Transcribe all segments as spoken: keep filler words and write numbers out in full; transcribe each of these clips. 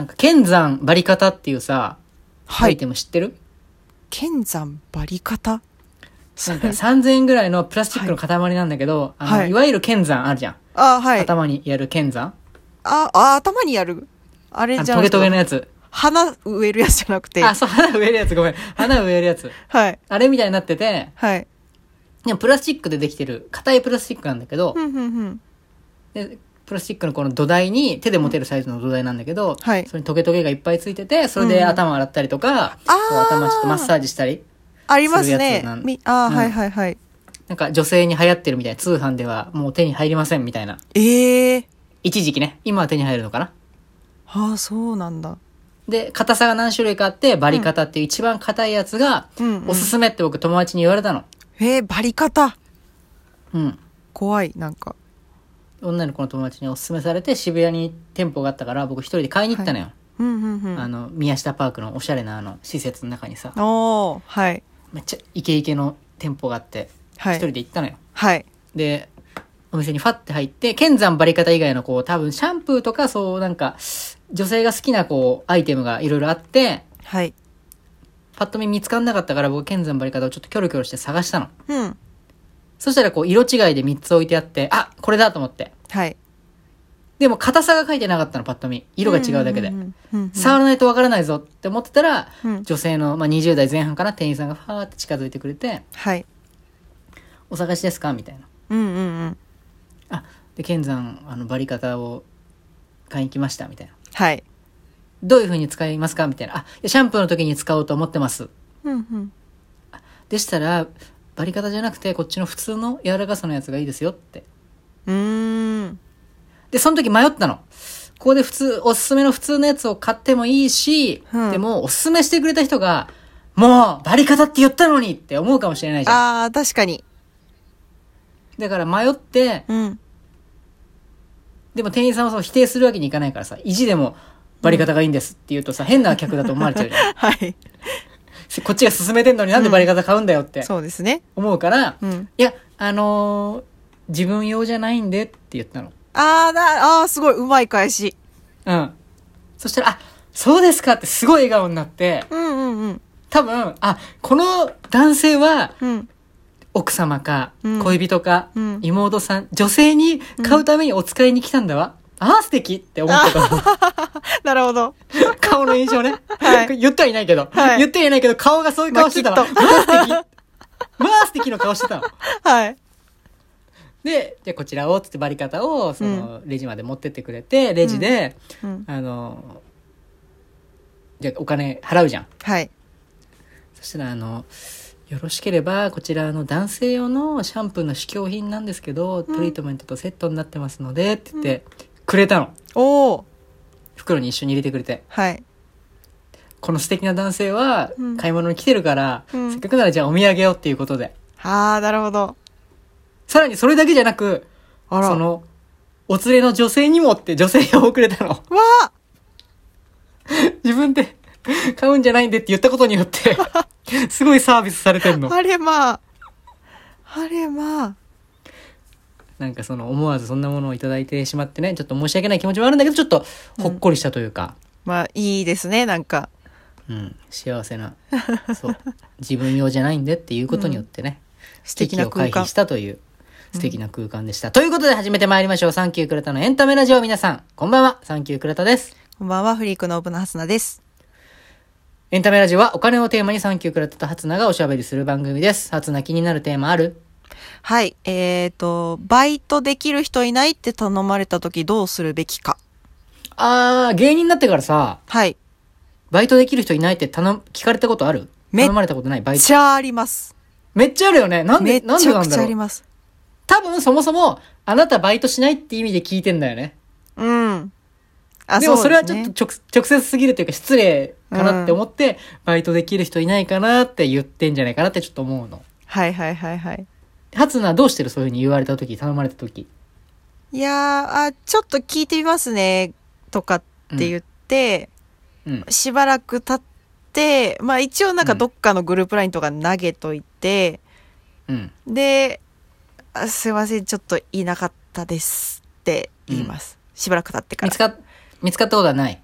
なんか剣山バリカタっていうさ、 はい。 アイテム知ってる？ 剣山バリカタなんかさんぜんえんぐらいのプラスチックの塊なんだけど、はい、あの、はい、いわゆる剣山あるじゃん。 あ、はい。 頭にやる剣山。 あ、あ、頭にやるあれじゃん。 トゲトゲのやつ。 花植えるやつじゃなくて。 あ、そう、花植えるやつ、ごめん。花植えるやつ。 はい。 あれみたいになってて、 はい。 でもプラスチックでできてる、硬いプラスチックなんだけど、 ふんふんふん。 で、プラスチックのこの土台に、手で持てるサイズの土台なんだけど、 はい。 それにトゲトゲがいっぱいついてて、それで頭洗ったりとか、うん、頭ちょっとマッサージしたり。 ありますね。み、あ、うん、はいはいはい。 なんか女性に流行ってるみたいな、通販ではもう手に入りませんみたいな。 ええー。 一時期ね。今は手に入るのかな。 はあ、そうなんだ。 で、硬さが何種類かあって、バリカタっていう一番硬いやつが、おすすめって僕友達に言われたの。 うんうん、へえ、バリカタ。 うん。 怖い、なんか。 女の子の友達におすすめされて、渋谷に店舗があったから、僕一人で買いに行ったのよ。はい、 うんうんうん、 あの、宮下パークのおしゃれなあの、施設の中にさ。 おー、はい。 めっちゃイケイケの店舗があって、はい、一人で行ったのよ。 はい。 で、お店にファッて入って、剣山バリカタ以外のこう、多分シャンプーとかそうなんか、女性が好きなこう、アイテムがいろいろあって、 はい。 パッと見見つかんなかったから僕、剣山バリカタをちょっとキョロキョロして探したの。 うん。 そしたらこう、色違いでみっつ置いてあって、あ、これだと思って。 はい。 でも硬さが書いてなかったの、パッと見。色が違うだけで。触らないとわからないぞって思ってたら、うん、女性の、まあ、にじゅう代前半かな、店員さんがファーって近づいてくれて、 はい。 お探しですかみたいな。 うんうんうん。 あ、で、剣山、あの、バリカタを買いに来ました、みたいな。 はい。 どういう風に使いますかみたいな。あ、シャンプーの時に使おうと思ってます。 うんうん。 でしたら、バリカタじゃなくて、こっちの普通の柔らかさのやつがいいですよって。 うーん。 で、その時迷ったの。ここで普通、おすすめの普通のやつを買ってもいいし、うん、でも、おすすめしてくれた人が、もう、バリカタって言ったのにって思うかもしれないじゃん。 ああ、確かに。 だから迷って、 うん。 でも店員さんはそう否定するわけにいかないからさ、意地でもバリカタがいいんですって言うとさ、うん、変な客だと思われちゃうじゃん。 はい。 こっちが勧めてんのになんでバリカタ買うんだよって。 うん、そうですね。 思うから、 うん、 いや、あのー、自分用じゃないんでって言ったの。 あーだ、あーすごい、うまい返し。 うん。そしたら、あ、そうですかってすごい笑顔になって、 うんうんうん。 多分、あ、この男性は、 うん、 奥様か、 うん、 恋人か、 うん、 妹さん、女性に買うためにお使いに来たんだわ。うん、ああ、素敵って思ってた。 なるほど。 顔の印象ね。 はい。 言ってはいないけど、はい、言ってはいないけど、顔がそういう顔してたわ。まあ、素敵。まあ素敵の顔してたの。 はい。 で、じゃあこちらを、つってバリカタを、その、レジまで持ってってくれて、レジで、 うんうん、 あの、じゃあお金払うじゃん。 はい。 そしたら、あの、よろしければ、こちらの男性用のシャンプーの試供品なんですけど、うん、トリートメントとセットになってますので、って言って、くれたの。 おー。 袋に一緒に入れてくれて。 はい。 この素敵な男性は、買い物に来てるから、うん、せっかくならじゃあお土産をっていうことで。 あー、なるほど。 さらにそれだけじゃなく、あらその、お連れの女性にもって女性用をくれたの。わあ自分で買うんじゃないんでって言ったことによって、すごいサービスされてんの。 あれまあ。あれまあ。 なんかその思わずそんなものをいただいてしまってね、ちょっと申し訳ない気持ちもあるんだけど、ちょっとほっこりしたというか。 うん、まあいいですね、なんか。 うん、幸せな。そう。自分用じゃないんでっていうことによってね、うん、素敵を回避したという。素敵な空間でした、うん。ということで始めてまいりましょう。サンキュークラタのエンタメラジオ。皆さん、こんばんは。サンキュークラタです。 こんばんは。フリークのオープンのハスナです。 エンタメラジオはお金をテーマにサンキュークラタとハツナがおしゃべりする番組です。ハツナ気になるテーマある？ はい。えっと、バイトできる人いないって頼まれた時どうするべきか。 あー、芸人になってからさ。 はい。 バイトできる人いないって頼む、聞かれたことある？頼まれたことない？バイト。 めっちゃあります。 めっちゃあるよね。なんで、なんでなんだろう。 めちゃくちゃあります。 多分そもそもあなたバイトしないって意味で聞いてんだよね。 うん。あ、 でもそれはちょっと 直, 直接すぎるというか失礼かなって思って、うん、バイトできる人いないかなって言ってんじゃないかなってちょっと思うの。 はいはいはいはい。 ハツナどうしてる？そういう風に言われた時、頼まれた時。 いやー、あ、ちょっと聞いてみますねとかって言って、うん、しばらく経って、まあ一応なんかどっかのグループラインとか投げといて、うん、で、あ、すいません、ちょっといなかったですって言います。うん、しばらく経ってから。 見つか、見つかったことはない？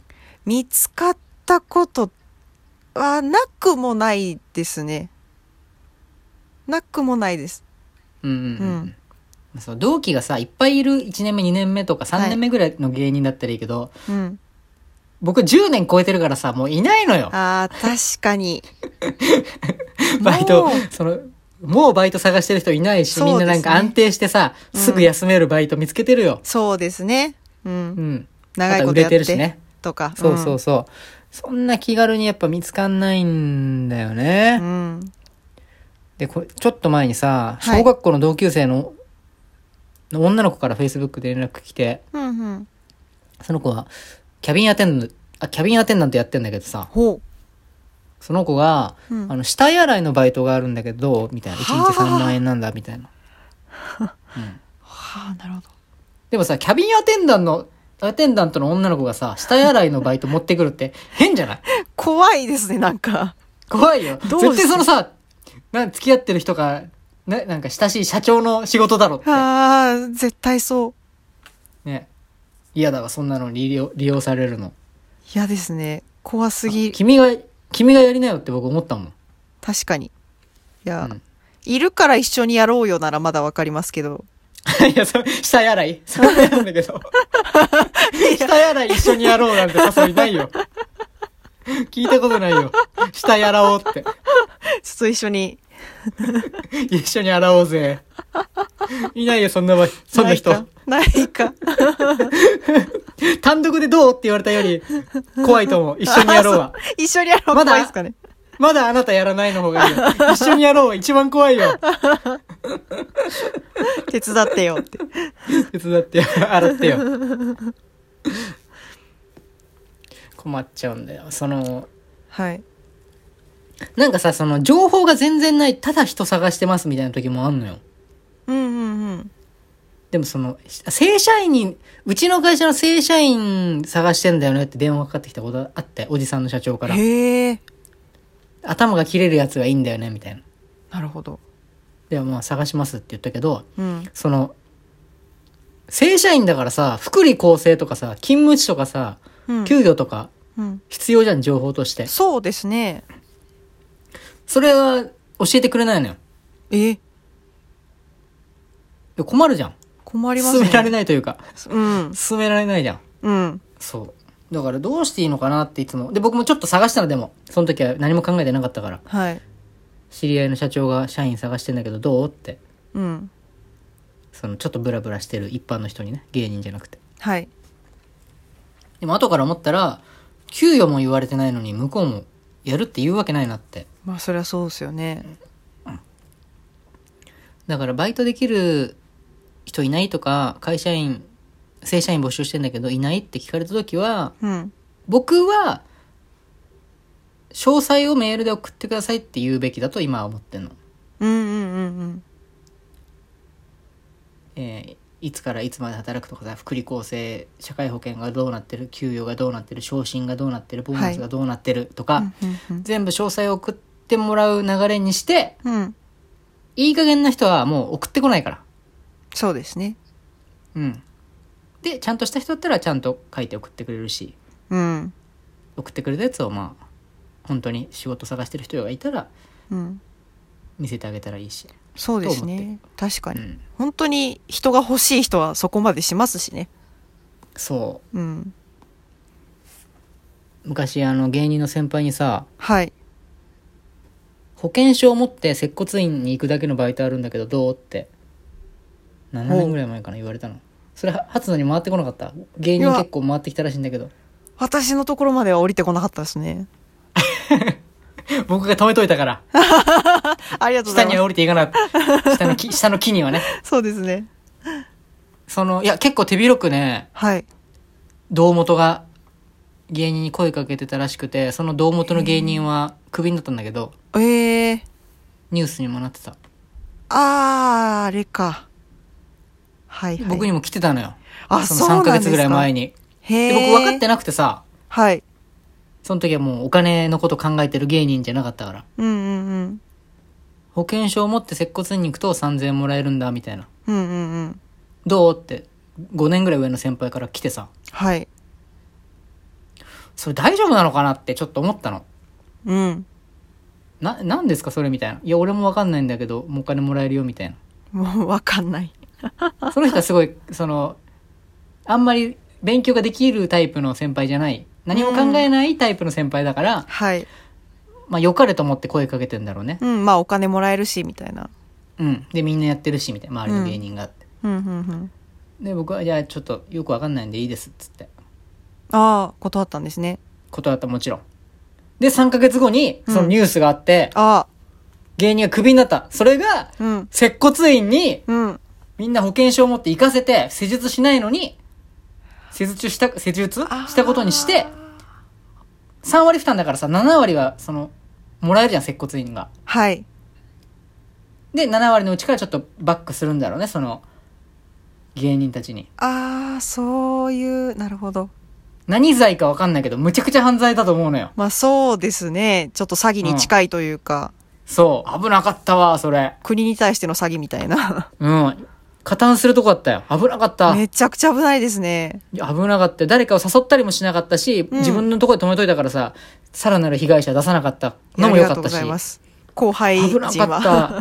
見つかったことはなくもないですね。なくもないです。 うんうんうん、うん、そう同期がさいっぱいいるいちねんめにねんめとかさんねんめぐらいの芸人だったらいいけど、はい、うん、僕じゅうねん超えてるからさもういないのよ。 あー確かにバイトそのもうバイト探してる人いないし、ね、みんななんか安定してさ、うん、すぐ休めるバイト見つけてるよ。 そうですね。うん。うん、 長いことやって売れてるしね。 とか。 そうそうそう。うん、そんな気軽にやっぱ見つかんないんだよね。うん。で、これちょっと前にさ、小学校の同級生の、はい、女の子から Facebook で連絡来て、うんうん、その子はキャビンアテンダント、あ、キャビンアテンダントやってんだけどさ、ほう。その子が、うん、あの、死体洗いのバイトがあるんだけど、みたいな。いちにちさんまんえんなんだ、みたいな。うん。 はあ、なるほど。 でもさ、キャビンアテンダントの、アテンダントの女の子がさ、死体洗いのバイト持ってくるって変じゃない怖いですね、なんか。 怖いよ。絶対そのさ、な付き合ってる人が、な、なんか親しい社長の仕事だろって。 ああ、絶対そう。 ね。嫌だわ、そんなのに利用、利用されるの。 嫌ですね。怖すぎ。 君が、君がやりなよって僕思ったもん。 確かに。いや、うん、いるから一緒にやろうよならまだわかりますけど。 いや、そ、死体洗いそれなんだけど。死体洗い一緒にやろうなんて誘いないよ。聞いたことないよ。死体洗おうって。ちょっと一緒に。 一緒に洗おうぜ。いないよ、そんな場、そんな人。 ないか。 単独でどうって言われたより怖いと思う。一緒にやろうは。 一緒にやろうは怖いですかね。 まだあなたやらないの方がいいよ。一緒にやろうは一番怖いよ。 手伝ってよって。 手伝ってよ。洗ってよ。困っちゃうんだよ。その、はい。なんかさ、その情報が全然ない、ただ人探してますみたいな時もあんのよ。うんうんうん。でもその、正社員に、うちの会社の正社員探してんだよねって電話かかってきたことあって、おじさんの社長から。へえ。頭が切れるやつがいいんだよね、みたいな。 なるほど。 でもまあ探しますって言ったけど、うん、その、正社員だからさ、福利厚生とかさ、勤務地とかさ、うん、給与とか、必要じゃん、情報として。 そうですね。 それは教えてくれないのよ。え困るじゃん。 困りますね。 進められないというか、 うん、 進められないじゃん。うん。そう。だからどうしていいのかなっていつも。で、僕もちょっと探したのでも、その時は何も考えてなかったから。はい。知り合いの社長が社員探してんだけどどうって。うん。そのちょっとブラブラしてる一般の人にね、芸人じゃなくて。はい。でも後から思ったら、給与も言われてないのに向こうもやるって言うわけないなって。 まあそりゃそうですよね。 うん。だからバイトできる人いないとか、会社員、正社員募集してんだけどいないって聞かれた時は、うん、僕は詳細をメールで送ってくださいって言うべきだと今は思ってんの。うんうんうんうん。えー、いつからいつまで働くとかさ、福利厚生、社会保険がどうなってる、給与がどうなってる、昇進がどうなってる、ボーナスがどうなってるとか、はいうんうんうん、全部詳細を送ってもらう流れにして、うん、いい加減な人はもう送ってこないから。 そうですね。 うん。で、ちゃんとした人だったらちゃんと書いて送ってくれるし、うん、送ってくれたやつをまあ本当に仕事探してる人がいたら、うん、見せてあげたらいいし。 そうですね。確かに、うん、本当に人が欲しい人はそこまでしますしね。 そう。うん。昔あの芸人の先輩にさ、はい。保険証を持って接骨院に行くだけのバイトあるんだけどどうってななねんぐらい前かな言われたの。それ初野に回ってこなかった？芸人結構回ってきたらしいんだけど。 私のところまでは降りてこなかったですね。 僕が止めといたから。 ありがとうございます。 下には降りていかな下の木、下の木にはね。 そうですね。 その、いや、結構手広くね、はい。胴元が芸人に声かけてたらしくて、その胴元の芸人はクビになったんだけど、えー、ニュースにもなってた。 あー、あれか。はい、はい。 僕にも来てたのよ。あ、そのさんかげつぐらい前に。へー。で、僕分かってなくてさ、はい。その時はもうお金のこと考えてる芸人じゃなかったから。うんうんうん。保険証を持って接骨院に行くとさんぜんえんもらえるんだみたいな。うんうんうん。どうってごねんぐらい上の先輩から来てさ。はい。 それ大丈夫なのかなってちょっと思ったの。 うん。 な、なんですかそれみたいな。いや、俺もわかんないんだけど、もうお金もらえるよみたいな。もうわかんない。 その人はすごい、その、あんまり勉強ができるタイプの先輩じゃない。何も考えないタイプの先輩だから、うん、 はい。 まあ、良かれと思って声かけてんだろうね。 うん、まあ、お金もらえるし、みたいな。 うん。で、みんなやってるし、みたいな。周りの芸人があって。 うん、うん、うん。 で、僕は、じゃあ、ちょっとよくわかんないんでいいです、つって。 ああ、断ったんですね。 断った、もちろん。で、さんかげつごに、そのニュースがあって、うん、 ああ。 芸人がクビになった。それが、うん、接骨院に、うん、みんな保険証を持って行かせて、施術しないのに、施術した、施術したことにして、さんわり負担だからさ、ななわりは、その、もらえるじゃん、接骨院が。 はい。 で、ななわりのうちからちょっとバックするんだろうね、その、芸人たちに。 ああ、そういう、なるほど。 何罪か分かんないけど、むちゃくちゃ犯罪だと思うのよ。 まあそうですね。ちょっと詐欺に近いというか。 うん、そう。危なかったわ、それ。 国に対しての詐欺みたいな。 うん。加担するとこだったよ。危なかった。 めちゃくちゃ危ないですね。 いや、危なかった。誰かを誘ったりもしなかったし、うん、自分のところで止めといたからさ、さらなる被害者出さなかったのもよかったし。ありがとうございます。 後輩陣は。 危なかった。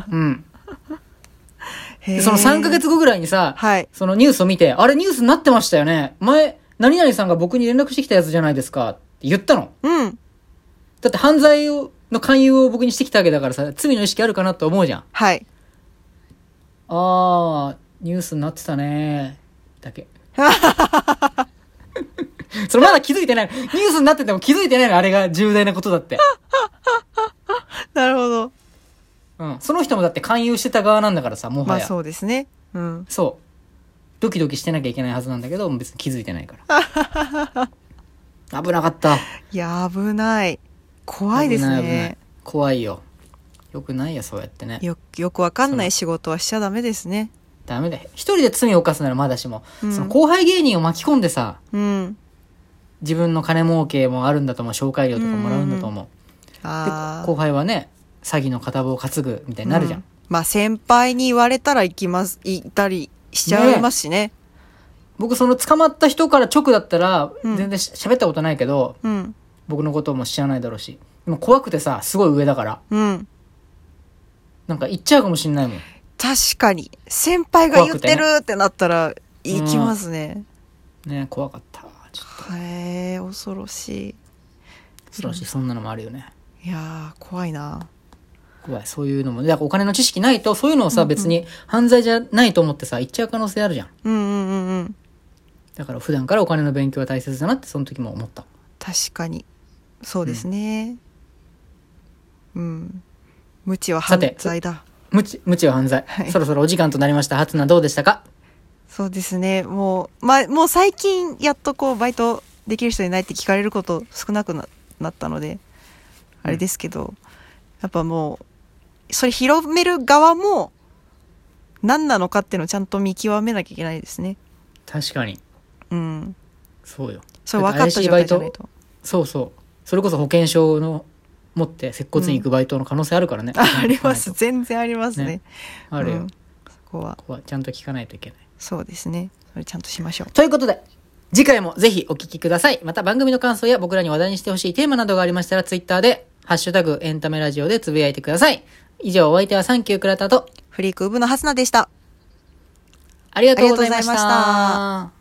うん。でそのさんかげつごぐらいにさ、はい、そのニュースを見て、あれニュースになってましたよね。前、何々さんが僕に連絡してきたやつじゃないですかって言ったの。 うん。 だって犯罪をの勧誘を僕にしてきたわけだからさ、罪の意識あるかなと思うじゃん。 はい。 あー、ニュースになってたねだけ。それまだ気づいてない。ニュースになってても気づいてないの、あれが重大なことだって。 なるほど。 うん。その人もだって勧誘してた側なんだからさ、もはや。 まあそうですね。うん。 そう。ドキドキしてなきゃいけないはずなんだけど、別に気づいてないから。危なかった。 いや、危ない。怖いですね。危ない危ない。 怖いよ。よくないよ、そうやってね。 よ、よくわかんない仕事はしちゃダメですね。 ダメだよ。一人で罪を犯すならまだしも、うん、その後輩芸人を巻き込んでさ、 うん、 自分の金儲けもあるんだと思う。紹介料とかもらうんだと思う。うんうん、で、後輩はね、詐欺の片棒を担ぐみたいになるじゃん。うん、 まあ先輩に言われたら行きます、行ったりしちゃいますしね。ね、 僕その捕まった人から直だったら、全然喋ったことないけど、 うん、 僕のことも知らないだろうし。でも怖くてさ、すごい上だから。 うん。 なんか言っちゃうかもしんないもん。 確かに。先輩が言ってるってなったら行きますね。 うん、ね、怖かった。ちょっと。 へえ、恐ろしい。 恐ろしい、そんなのもあるよね。 いやー、怖いな。 怖い、そういうのも。だからお金の知識ないと、そういうのをさ、うんうん、別に犯罪じゃないと思ってさ、言っちゃう可能性あるじゃん。 うんうんうんうん。 だから普段からお金の勉強は大切だなって、その時も思った。 確かに。そうですね。うん。うん、無知は犯罪だ。 無知、無知は犯罪、はい。そろそろお時間となりました。初菜どうでしたか？ そうですね。もう、ま、もう最近やっとこう、バイトできる人いないって聞かれること少なく な, なったので、あれですけど、うん、やっぱもう、それ広める側も、何なのかっていうのをちゃんと見極めなきゃいけないですね。 確かに。 うん。 そうよ。 それ分かった状態じゃないと。 そうそう。それこそ保険証の持って接骨院行くバイトの可能性あるからね。 うん、あります。全然ありますね。ね、 あるよ、うん。 そこは。 ここはちゃんと聞かないといけない。 そうですね。それちゃんとしましょう。 ということで、次回もぜひお聞きください。また番組の感想や僕らに話題にしてほしいテーマなどがありましたら、ツイッターで、ハッシュタグエンタメラジオでつぶやいてください。以上、お相手はサンキュー倉田と、 フリークウブのハスナでした。 ありがとうございました。